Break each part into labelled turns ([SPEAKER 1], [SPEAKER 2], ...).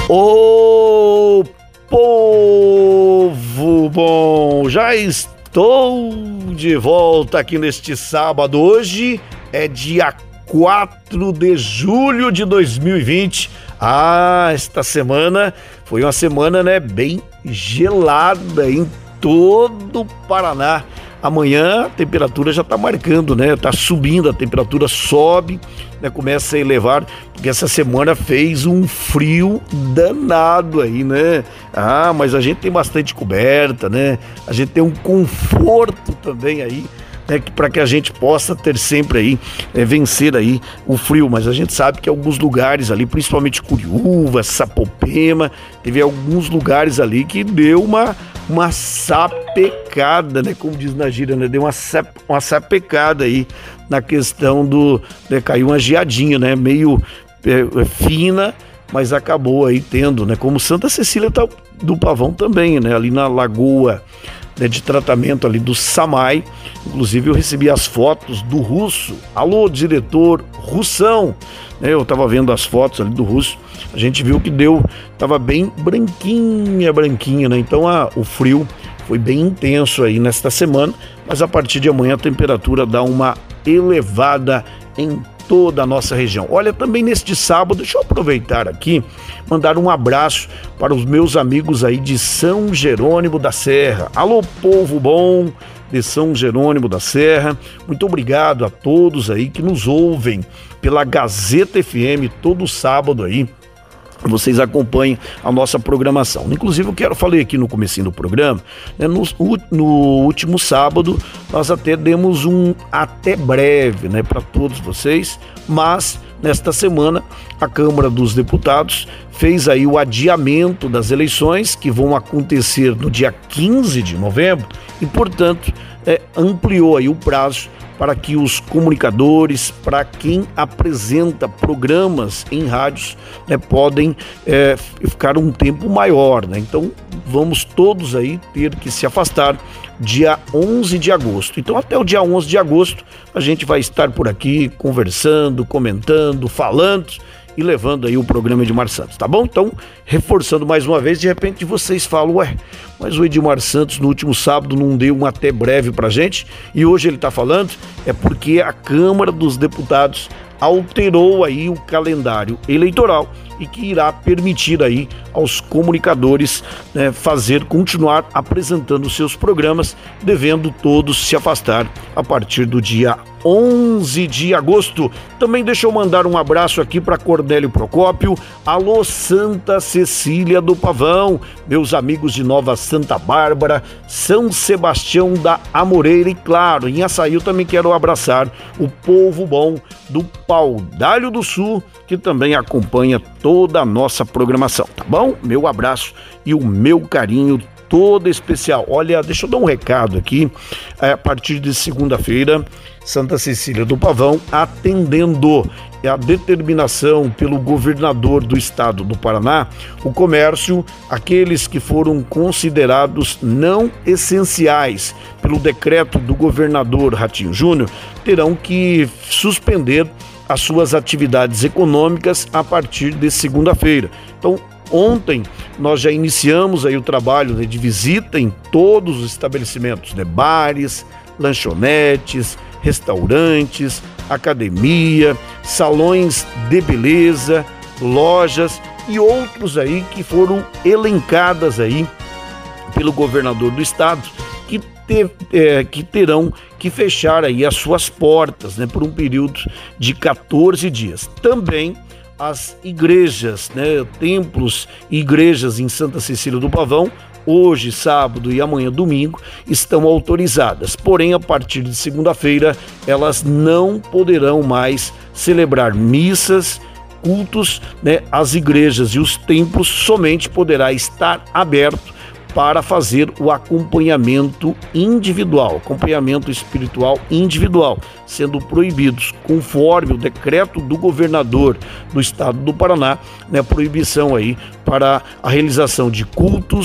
[SPEAKER 1] Ô povo bom, já estou de volta aqui neste sábado. Hoje é dia 4 de julho de 2020. Esta semana foi uma semana, bem gelada em todo o Paraná. Amanhã a temperatura já está marcando, está subindo, a temperatura sobe, começa a elevar, porque essa semana fez um frio danado aí, mas a gente tem bastante coberta, a gente tem um conforto também aí, para que a gente possa ter sempre aí, vencer aí o frio. Mas a gente sabe que alguns lugares ali, principalmente Curiúva, Sapopema, teve alguns lugares ali que deu uma sapecada, como diz na gíria, deu uma sapecada aí na questão do, caiu uma geadinha, meio fina, mas acabou aí tendo, como Santa Cecília do Pavão também, ali na lagoa de tratamento ali do Samai. Inclusive eu recebi as fotos do Russo. Alô, diretor Russão, eu tava vendo as fotos ali do Russo, a gente viu que tava bem branquinha, então o frio foi bem intenso aí nesta semana, mas a partir de amanhã a temperatura dá uma elevada em toda a nossa região. Olha, também neste sábado, deixa eu aproveitar aqui, mandar um abraço para os meus amigos aí de São Jerônimo da Serra. Alô, povo bom de São Jerônimo da Serra, muito obrigado a todos aí que nos ouvem pela Gazeta FM todo sábado aí. Vocês acompanham a nossa programação. Inclusive, falei aqui no comecinho do programa, no último sábado, nós até demos um até breve, para todos vocês, mas nesta semana a Câmara dos Deputados fez aí o adiamento das eleições que vão acontecer no dia 15 de novembro e, portanto, ampliou aí o prazo para que os comunicadores, para quem apresenta programas em rádios, podem ficar um tempo maior, Então, vamos todos aí ter que se afastar dia 11 de agosto. Então, até o dia 11 de agosto, a gente vai estar por aqui conversando, comentando, falando e levando aí o programa Edmar Santos, tá bom? Então, reforçando mais uma vez, de repente vocês falam, mas o Edmar Santos no último sábado não deu um até breve pra gente, e hoje ele tá falando, é porque a Câmara dos Deputados alterou aí o calendário eleitoral e que irá permitir aí aos comunicadores continuar apresentando seus programas, devendo todos se afastar a partir do dia 11 de agosto. Também deixa eu mandar um abraço aqui para Cornélio Procópio. Alô, Santa Cecília do Pavão, meus amigos de Nova Santa Bárbara, São Sebastião da Amoreira e, claro, em Açaí eu também quero abraçar o povo bom do Paudalho do Sul, que também acompanha toda a nossa programação, tá bom? Meu abraço e o meu carinho todo especial. Olha, deixa eu dar um recado aqui. A partir de segunda-feira, Santa Cecília do Pavão, atendendo a determinação pelo governador do estado do Paraná, o comércio, aqueles que foram considerados não essenciais pelo decreto do governador Ratinho Júnior, terão que suspender as suas atividades econômicas a partir de segunda-feira. Então, ontem nós já iniciamos aí o trabalho de visita em todos os estabelecimentos, bares, lanchonetes, restaurantes, academia, salões de beleza, lojas e outros aí que foram elencadas aí pelo governador do estado, que terão que fechar aí as suas portas, por um período de 14 dias. Também as igrejas, templos e igrejas em Santa Cecília do Pavão, hoje, sábado e amanhã, domingo, estão autorizadas. Porém, a partir de segunda-feira, elas não poderão mais celebrar missas, cultos, as igrejas e os templos somente poderá estar aberto para fazer o acompanhamento individual, acompanhamento espiritual individual, sendo proibidos, conforme o decreto do governador do estado do Paraná, proibição aí para a realização de cultos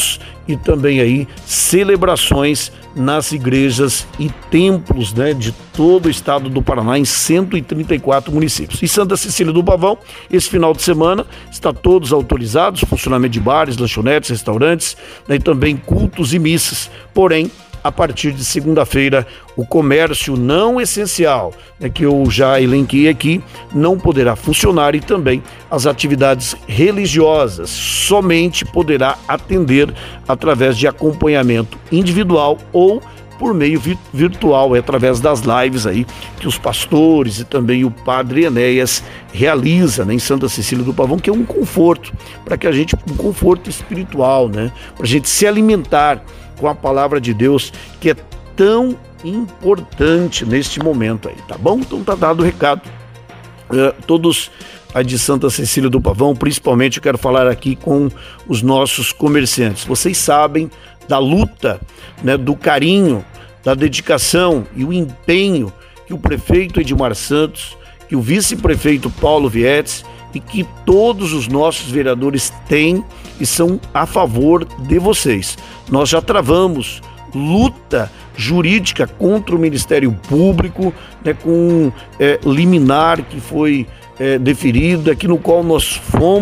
[SPEAKER 1] e também aí celebrações nas igrejas e templos, né, de todo o estado do Paraná, em 134 municípios. Em Santa Cecília do Pavão, esse final de semana, está todos autorizados, funcionamento de bares, lanchonetes, restaurantes, né, e também cultos e missas. Porém, a partir de segunda-feira, o comércio não essencial, né, que eu já elenquei aqui, não poderá funcionar, e também as atividades religiosas somente poderá atender através de acompanhamento individual ou por meio virtual, através das lives aí que os pastores e também o Padre Enéas realiza, né, em Santa Cecília do Pavão, que é um conforto para que a gente, um conforto espiritual, né, para a gente se alimentar com a palavra de Deus, que é tão importante neste momento aí, tá bom? Então tá dado o recado. Todos aí de Santa Cecília do Pavão, principalmente eu quero falar aqui com os nossos comerciantes. Vocês sabem da luta, né, do carinho, da dedicação e o empenho que o prefeito Edmar Santos, que o vice-prefeito Paulo Vietes e que todos os nossos vereadores têm e são a favor de vocês. Nós já travamos luta jurídica contra o Ministério Público, né, com liminar que foi deferida, aqui no qual nós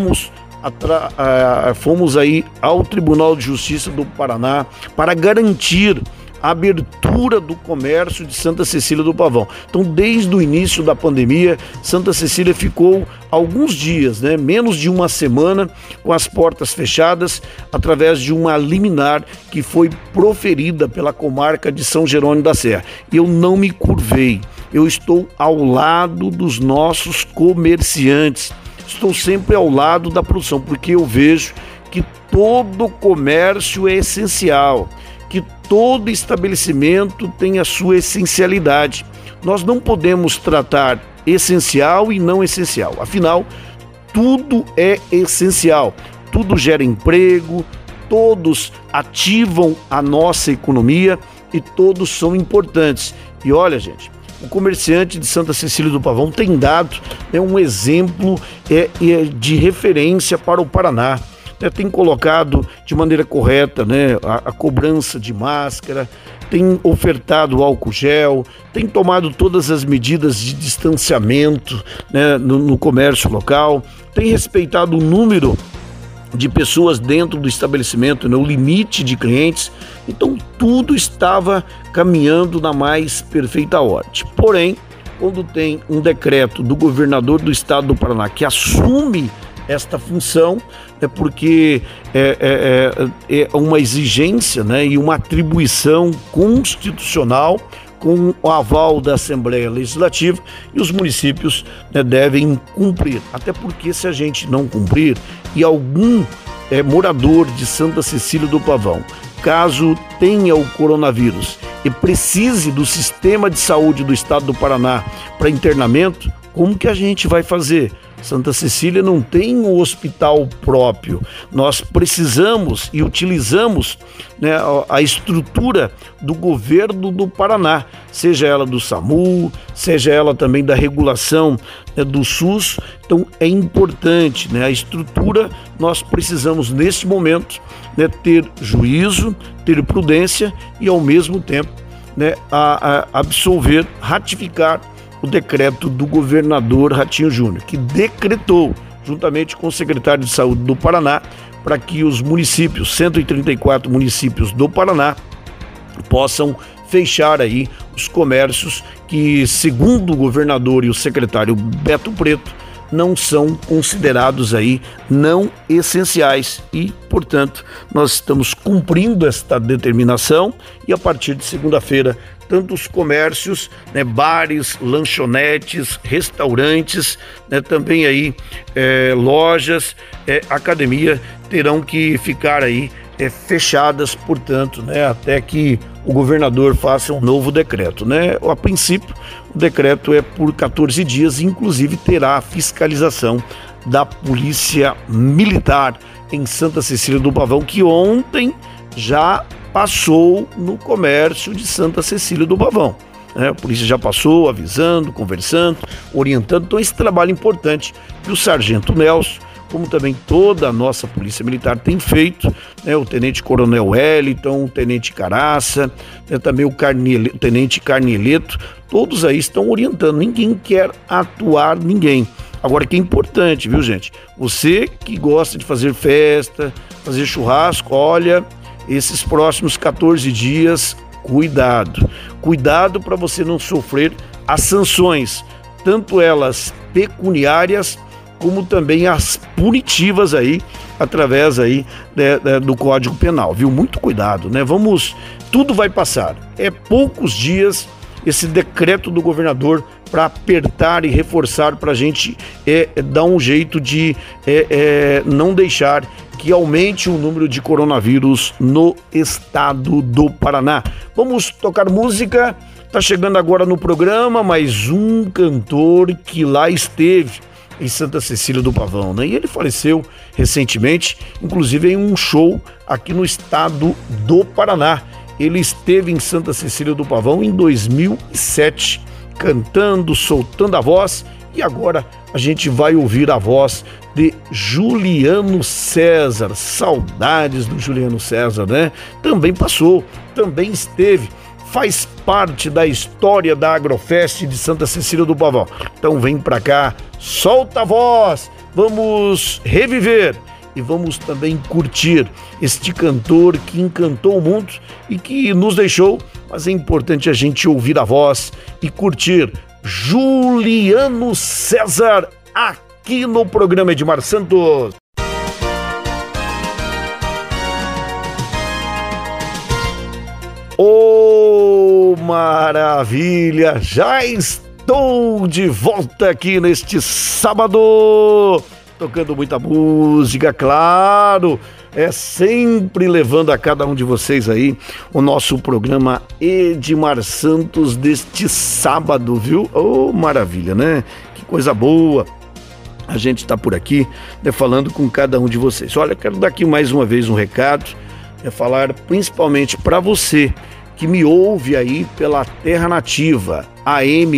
[SPEAKER 1] fomos aí ao Tribunal de Justiça do Paraná para garantir a abertura do comércio de Santa Cecília do Pavão. Então, desde o início da pandemia, Santa Cecília ficou alguns dias, né, menos de uma semana, com as portas fechadas, através de uma liminar que foi proferida pela comarca de São Jerônimo da Serra. E eu não me curvei, eu estou ao lado dos nossos comerciantes, estou sempre ao lado da produção, porque eu vejo que todo comércio é essencial, que todo estabelecimento tem a sua essencialidade. Nós não podemos tratar essencial e não essencial. Afinal, tudo é essencial. Tudo gera emprego, todos ativam a nossa economia e todos são importantes. E olha, gente, o comerciante de Santa Cecília do Pavão tem dado, né, um exemplo de referência para o Paraná. Tem colocado de maneira correta, né, a cobrança de máscara, tem ofertado álcool gel, tem tomado todas as medidas de distanciamento, né, no comércio local, tem respeitado o número de pessoas dentro do estabelecimento, né, o limite de clientes. Então tudo estava caminhando na mais perfeita ordem. Porém, quando tem um decreto do governador do estado do Paraná que assume esta função, é porque é uma exigência, né, e uma atribuição constitucional com o aval da Assembleia Legislativa, e os municípios, né, devem cumprir. Até porque se a gente não cumprir e algum morador de Santa Cecília do Pavão, caso tenha o coronavírus e precise do sistema de saúde do estado do Paraná para internamento, como que a gente vai fazer? Santa Cecília não tem um hospital próprio. Nós precisamos e utilizamos, né, a estrutura do governo do Paraná, seja ela do SAMU, seja ela também da regulação, né, do SUS. Então é importante, né, a estrutura. Nós precisamos neste momento, né, ter juízo, ter prudência e ao mesmo tempo, né, absolver, ratificar o decreto do governador Ratinho Júnior, que decretou, juntamente com o secretário de Saúde do Paraná, para que os municípios, 134 municípios do Paraná, possam fechar aí os comércios que, segundo o governador e o secretário Beto Preto, não são considerados aí não essenciais e, portanto, nós estamos cumprindo esta determinação e a partir de segunda-feira, tanto os comércios, né, bares, lanchonetes, restaurantes, né, também aí lojas, academia, terão que ficar aí fechadas, portanto, né, até que o governador faça um novo decreto, né? A princípio, o decreto é por 14 dias, inclusive terá a fiscalização da Polícia Militar em Santa Cecília do Pavão, que ontem já passou no comércio de Santa Cecília do Pavão. A polícia já passou avisando, conversando, orientando. Então esse trabalho importante que o sargento Nelson, como também toda a nossa Polícia Militar tem feito, né? O Tenente Coronel Wellington, o Tenente Caraça, né? Também o Tenente Carnieleto, todos aí estão orientando, ninguém quer atuar ninguém. Agora que é importante, viu, gente? Você que gosta de fazer festa, fazer churrasco, olha, esses próximos 14 dias, cuidado para você não sofrer as sanções, tanto elas pecuniárias como também as punitivas aí, através aí do Código Penal, viu? Muito cuidado, né? Tudo vai passar. É poucos dias esse decreto do governador para apertar e reforçar para a gente dar um jeito de não deixar que aumente o número de coronavírus no estado do Paraná. Vamos tocar música. Tá chegando agora no programa mais um cantor que lá esteve em Santa Cecília do Pavão, né? E ele faleceu recentemente, inclusive em um show aqui no estado do Paraná. Ele esteve em Santa Cecília do Pavão em 2007, cantando, soltando a voz, e agora a gente vai ouvir a voz de Juliano César. Saudades do Juliano César, né? Também passou, também esteve, faz parte da história da Agrofest de Santa Cecília do Pavão. Então vem pra cá, solta a voz, vamos reviver e vamos também curtir este cantor que encantou o mundo e que nos deixou, mas é importante a gente ouvir a voz e curtir Juliano César aqui no programa Edmar Santos. Oh, maravilha! Já estou de volta aqui neste sábado, tocando muita música, claro, sempre levando a cada um de vocês aí o nosso programa Edmar Santos deste sábado, viu? Oh, maravilha, né? Que coisa boa! A gente está por aqui, né, falando com cada um de vocês. Olha, quero dar aqui mais uma vez um recado, falar principalmente para você que me ouve aí pela Terra Nativa, AM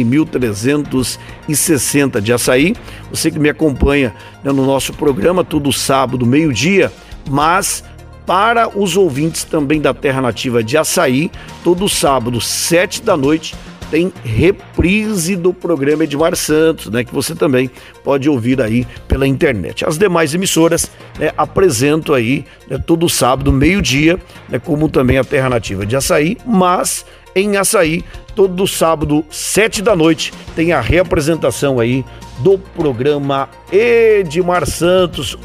[SPEAKER 1] 1360 de Açaí, você que me acompanha, né, no nosso programa todo sábado, meio-dia, mas para os ouvintes também da Terra Nativa de Açaí, todo sábado, 7 da noite, tem reprise do programa Edmar Santos, né, que você também pode ouvir aí pela internet. As demais emissoras, né, apresentam aí, né, todo sábado, meio-dia, né, como também a Terra Nativa de Açaí, mas em Açaí, todo sábado, 7 da noite, tem a reapresentação aí do programa Edmar Santos,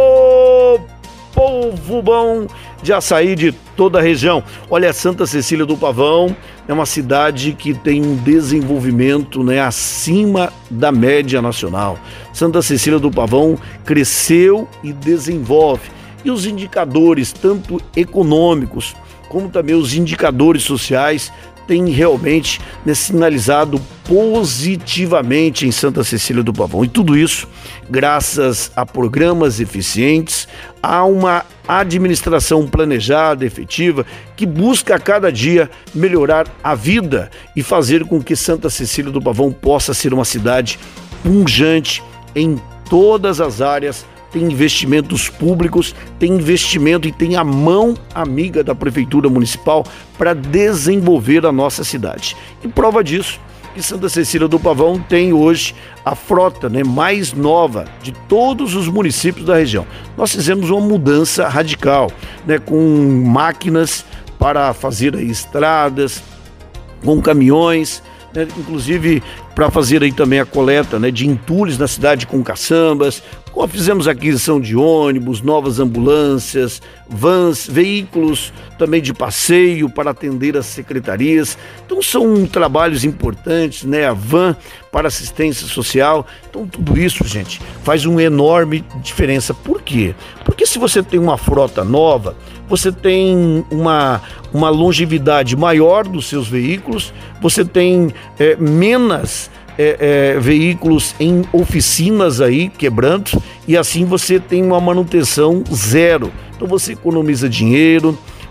[SPEAKER 1] o povo bom de Açaí, de toda a região. Olha, Santa Cecília do Pavão é uma cidade que tem um desenvolvimento, né, acima da média nacional. Santa Cecília do Pavão cresceu e desenvolve. E os indicadores, tanto econômicos como também os indicadores sociais, têm realmente, né, sinalizado positivamente em Santa Cecília do Pavão. E tudo isso graças a programas eficientes, a uma administração planejada, efetiva, que busca a cada dia melhorar a vida e fazer com que Santa Cecília do Pavão possa ser uma cidade pujante em todas as áreas. Tem investimentos públicos, tem investimento e tem a mão amiga da Prefeitura Municipal para desenvolver a nossa cidade. E prova disso, que Santa Cecília do Pavão tem hoje a frota, né, mais nova de todos os municípios da região. Nós fizemos uma mudança radical, né, com máquinas para fazer aí estradas, com caminhões, né, inclusive para fazer aí também a coleta, né, de entulhos na cidade com caçambas. Fizemos aquisição de ônibus, novas ambulâncias, vans, veículos também de passeio para atender as secretarias. Então são trabalhos importantes, né? A van para assistência social. Então tudo isso, gente, faz uma enorme diferença. Por quê? Porque se você tem uma frota nova, você tem uma longevidade maior dos seus veículos, você tem menos veículos em oficinas aí quebrando, e assim você tem uma manutenção zero. Então você economiza dinheiro,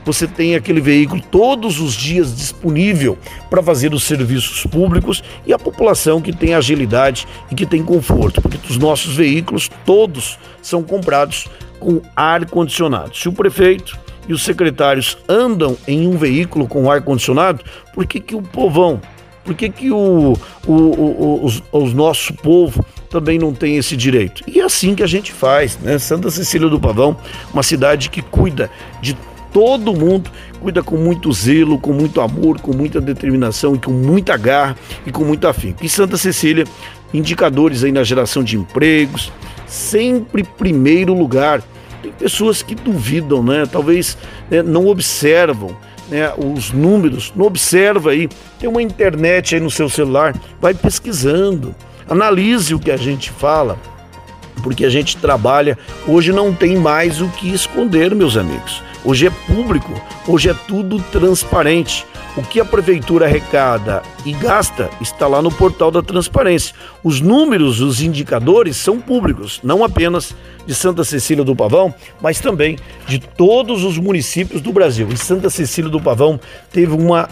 [SPEAKER 1] você tem aquele veículo todos os dias disponível para fazer os serviços públicos e a população que tem agilidade e que tem conforto, porque os nossos veículos todos são comprados com ar-condicionado. Se o prefeito e os secretários andam em um veículo com ar-condicionado, por que o povão, por que o nosso povo também não tem esse direito? E é assim que a gente faz, né? Santa Cecília do Pavão, uma cidade que cuida de todo mundo, cuida com muito zelo, com muito amor, com muita determinação e com muita garra e com muito afinco. E Santa Cecília, indicadores aí na geração de empregos, sempre primeiro lugar. Tem pessoas que duvidam, né? Talvez não observam, né, os números, não observa aí, tem uma internet aí no seu celular, vai pesquisando, analise o que a gente fala, porque a gente trabalha, hoje não tem mais o que esconder, meus amigos. Hoje é público, hoje é tudo transparente. O que a prefeitura arrecada e gasta está lá no portal da transparência. Os números, os indicadores são públicos, não apenas de Santa Cecília do Pavão, mas também de todos os municípios do Brasil. E Santa Cecília do Pavão teve uma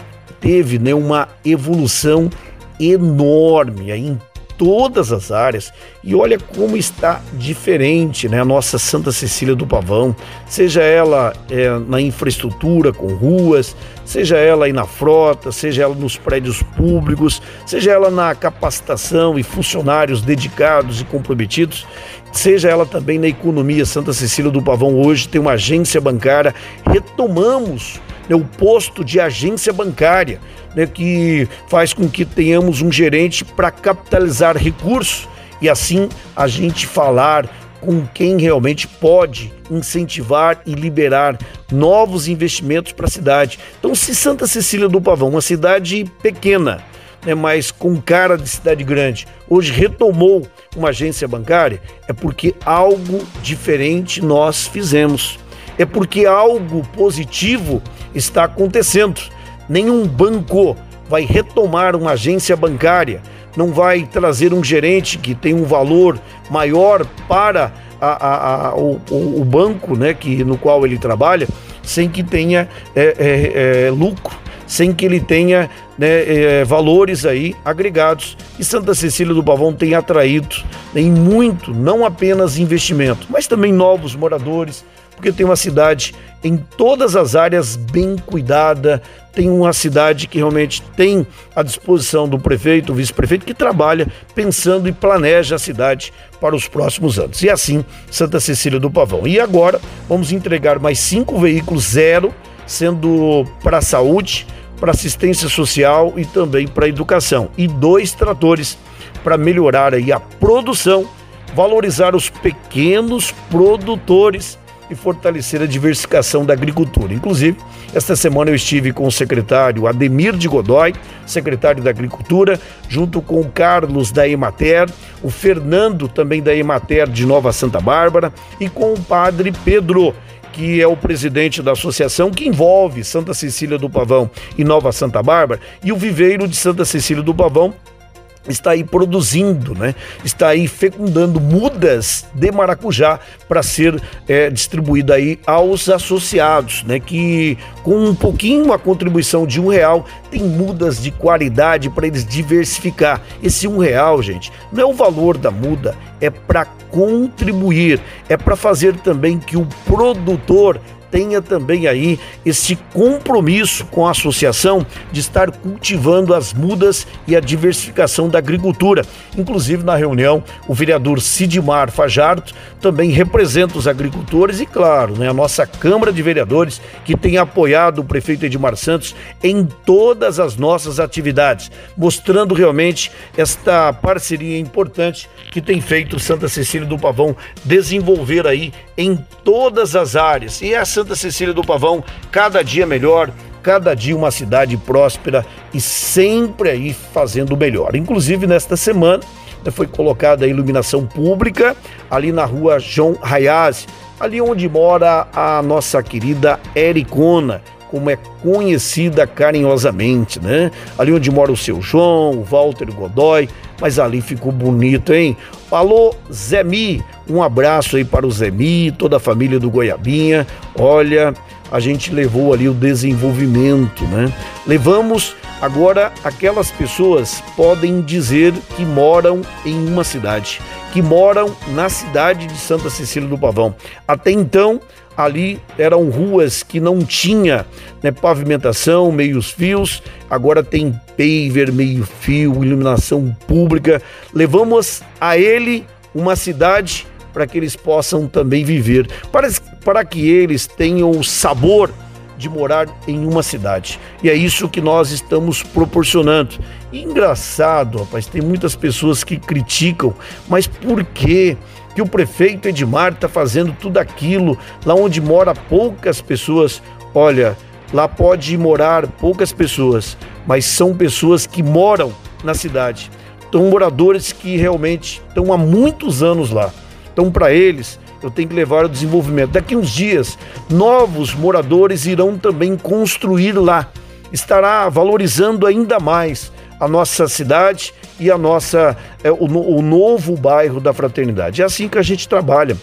[SPEAKER 1] evolução enorme aí em todas as áreas, e olha como está diferente, né, a nossa Santa Cecília do Pavão, seja ela na infraestrutura com ruas, seja ela aí na frota, seja ela nos prédios públicos, seja ela na capacitação e funcionários dedicados e comprometidos, seja ela também na economia. Santa Cecília do Pavão hoje tem uma agência bancária, retomamos o posto de agência bancária, né, que faz com que tenhamos um gerente para capitalizar recursos e assim a gente falar com quem realmente pode incentivar e liberar novos investimentos para a cidade. Então, se Santa Cecília do Pavão, uma cidade pequena, né, mas com cara de cidade grande, hoje retomou uma agência bancária, é porque algo diferente nós fizemos. É porque algo positivo está acontecendo. Nenhum banco vai retomar uma agência bancária, não vai trazer um gerente que tem um valor maior para o banco, né, no qual ele trabalha, sem que tenha lucro, sem que ele tenha, né, valores aí agregados. E Santa Cecília do Pavão tem atraído em muito, não apenas investimento, mas também novos moradores, porque tem uma cidade em todas as áreas bem cuidada, tem uma cidade que realmente tem à disposição do prefeito, o vice-prefeito, que trabalha pensando e planeja a cidade para os próximos anos. E assim, Santa Cecília do Pavão. E agora vamos entregar mais 5 veículos zero, sendo para a saúde, para assistência social e também para a educação. E 2 tratores para melhorar aí a produção, valorizar os pequenos produtores e fortalecer a diversificação da agricultura. Inclusive, esta semana eu estive com o secretário Ademir de Godoy, secretário da Agricultura, junto com o Carlos da Emater, o Fernando também da Emater de Nova Santa Bárbara e com o padre Pedro, que é o presidente da associação que envolve Santa Cecília do Pavão e Nova Santa Bárbara, e o viveiro de Santa Cecília do Pavão está aí produzindo, né? Está aí fecundando mudas de maracujá para ser distribuída aí aos associados, né? Que com um pouquinho a contribuição de R$1 tem mudas de qualidade para eles diversificar. Esse R$1, gente, não é o valor da muda, é para contribuir, é para fazer também que o produtor tenha também aí esse compromisso com a associação de estar cultivando as mudas e a diversificação da agricultura. Inclusive, na reunião, o vereador Sidmar Fajardo também representa os agricultores e, claro, né, a nossa Câmara de Vereadores, que tem apoiado o prefeito Edmar Santos em todas as nossas atividades, mostrando realmente esta parceria importante que tem feito Santa Cecília do Pavão desenvolver aí em todas as áreas. E a Santa Cecília do Pavão, cada dia melhor, cada dia uma cidade próspera e sempre aí fazendo o melhor. Inclusive, nesta semana, foi colocada a iluminação pública ali na rua João Hayaz, ali onde mora a nossa querida Ericona, como é conhecida carinhosamente, né? Ali onde mora o seu João, o Walter Godoy, mas ali ficou bonito, hein? Alô, Zé Mi, um abraço aí para o Zé Mi, toda a família do Goiabinha. Olha, a gente levou ali o desenvolvimento, né? Levamos, agora aquelas pessoas podem dizer que moram em uma cidade, que moram na cidade de Santa Cecília do Pavão. Até então, ali eram ruas que não tinha, né, pavimentação, meios fios, agora tem paver, meio fio, iluminação pública. Levamos a ele uma cidade para que eles possam também viver, para que eles tenham o sabor de morar em uma cidade. E é isso que nós estamos proporcionando. E engraçado, rapaz, tem muitas pessoas que criticam, mas por que o prefeito Edmar está fazendo tudo aquilo lá onde mora poucas pessoas? Olha, lá pode morar poucas pessoas, mas são pessoas que moram na cidade. São moradores que realmente estão há muitos anos lá. Então, para eles, eu tenho que levar o desenvolvimento. Daqui uns dias, novos moradores irão também construir lá. Estará valorizando ainda mais a nossa cidade e a nossa, o novo bairro da Fraternidade. É assim que a gente trabalha.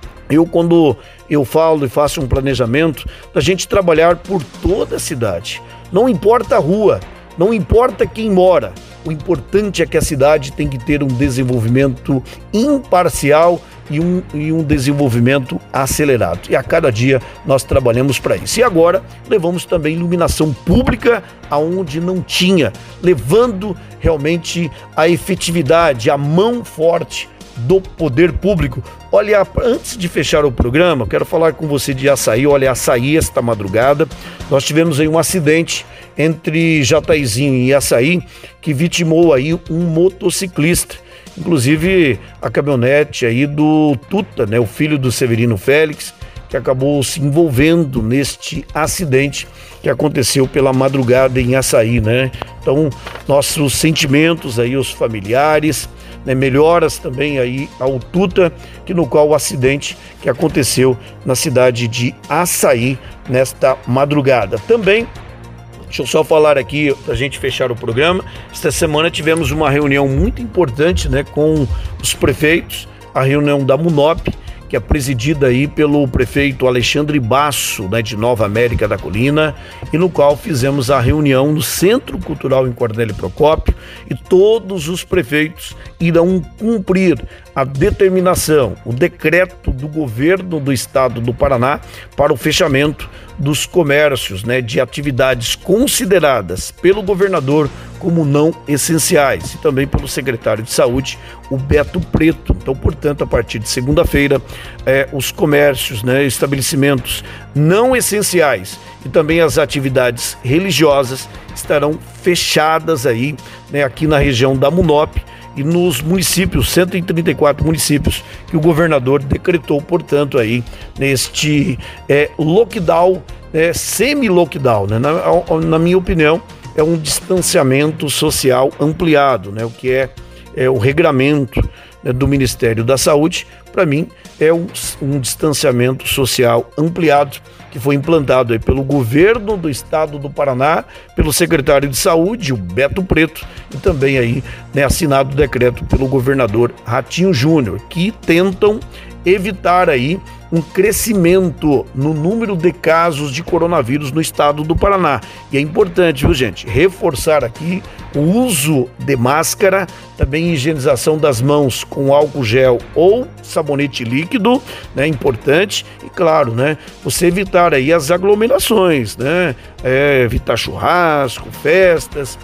[SPEAKER 1] Quando eu falo e faço um planejamento, da gente trabalhar por toda a cidade. Não importa a rua, não importa quem mora. O importante é que a cidade tem que ter um desenvolvimento imparcial e um desenvolvimento acelerado. E a cada dia nós trabalhamos para isso. E agora levamos também iluminação pública aonde não tinha, levando realmente a efetividade, a mão forte do poder público. Olha, antes de fechar o programa, eu quero falar com você de Açaí. Olha, Açaí, esta madrugada, nós tivemos aí um acidente entre Jataizinho e Açaí, que vitimou aí um motociclista. Inclusive a caminhonete aí do Tuta, né, o filho do Severino Félix, que acabou se envolvendo neste acidente que aconteceu pela madrugada em Açaí, né? Então, nossos sentimentos aí aos familiares, né, melhoras também aí ao Tuta, no qual o acidente que aconteceu na cidade de Açaí nesta madrugada. Também, deixa eu só falar aqui, para a gente fechar o programa, esta semana tivemos uma reunião muito importante, né, com os prefeitos, a reunião da MUNOP, que é presidida aí pelo prefeito Alexandre Basso, né, de Nova América da Colina, e no qual fizemos a reunião no Centro Cultural em Cornélio Procópio, e todos os prefeitos irão cumprir a determinação, o decreto do governo do estado do Paraná para o fechamento dos comércios, né, de atividades consideradas pelo governador como não essenciais, e também pelo secretário de Saúde, o Beto Preto. Então, portanto, a partir de segunda-feira, os comércios, né, estabelecimentos não essenciais e também as atividades religiosas estarão fechadas aí, né, aqui na região da MUNOP e nos municípios, 134 municípios que o governador decretou, portanto, aí neste lockdown, semi-lockdown, né? Na minha opinião, é um distanciamento social ampliado, né? O que é o regramento, né, do Ministério da Saúde, para mim, é um distanciamento social ampliado que foi implantado aí pelo governo do estado do Paraná, pelo secretário de Saúde, o Beto Preto, e também aí, né, assinado o decreto pelo governador Ratinho Júnior, que tentam evitar aí um crescimento no número de casos de coronavírus no estado do Paraná. E é importante, viu, gente, reforçar aqui o uso de máscara, também higienização das mãos com álcool gel ou sabonete líquido, né, importante, e claro, né, você evitar aí as aglomerações, né, evitar churrasco, festas,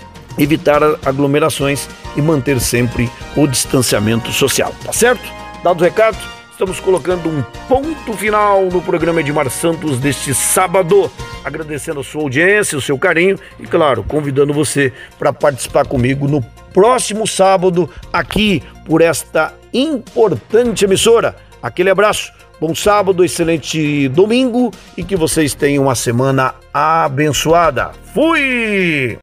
[SPEAKER 1] evitar aglomerações e manter sempre o distanciamento social, tá certo? Dado o recado, estamos colocando um ponto final no programa Edmar Santos deste sábado, agradecendo a sua audiência, o seu carinho e, claro, convidando você para participar comigo no próximo sábado aqui por esta importante emissora. Aquele abraço, bom sábado, excelente domingo e que vocês tenham uma semana abençoada. Fui!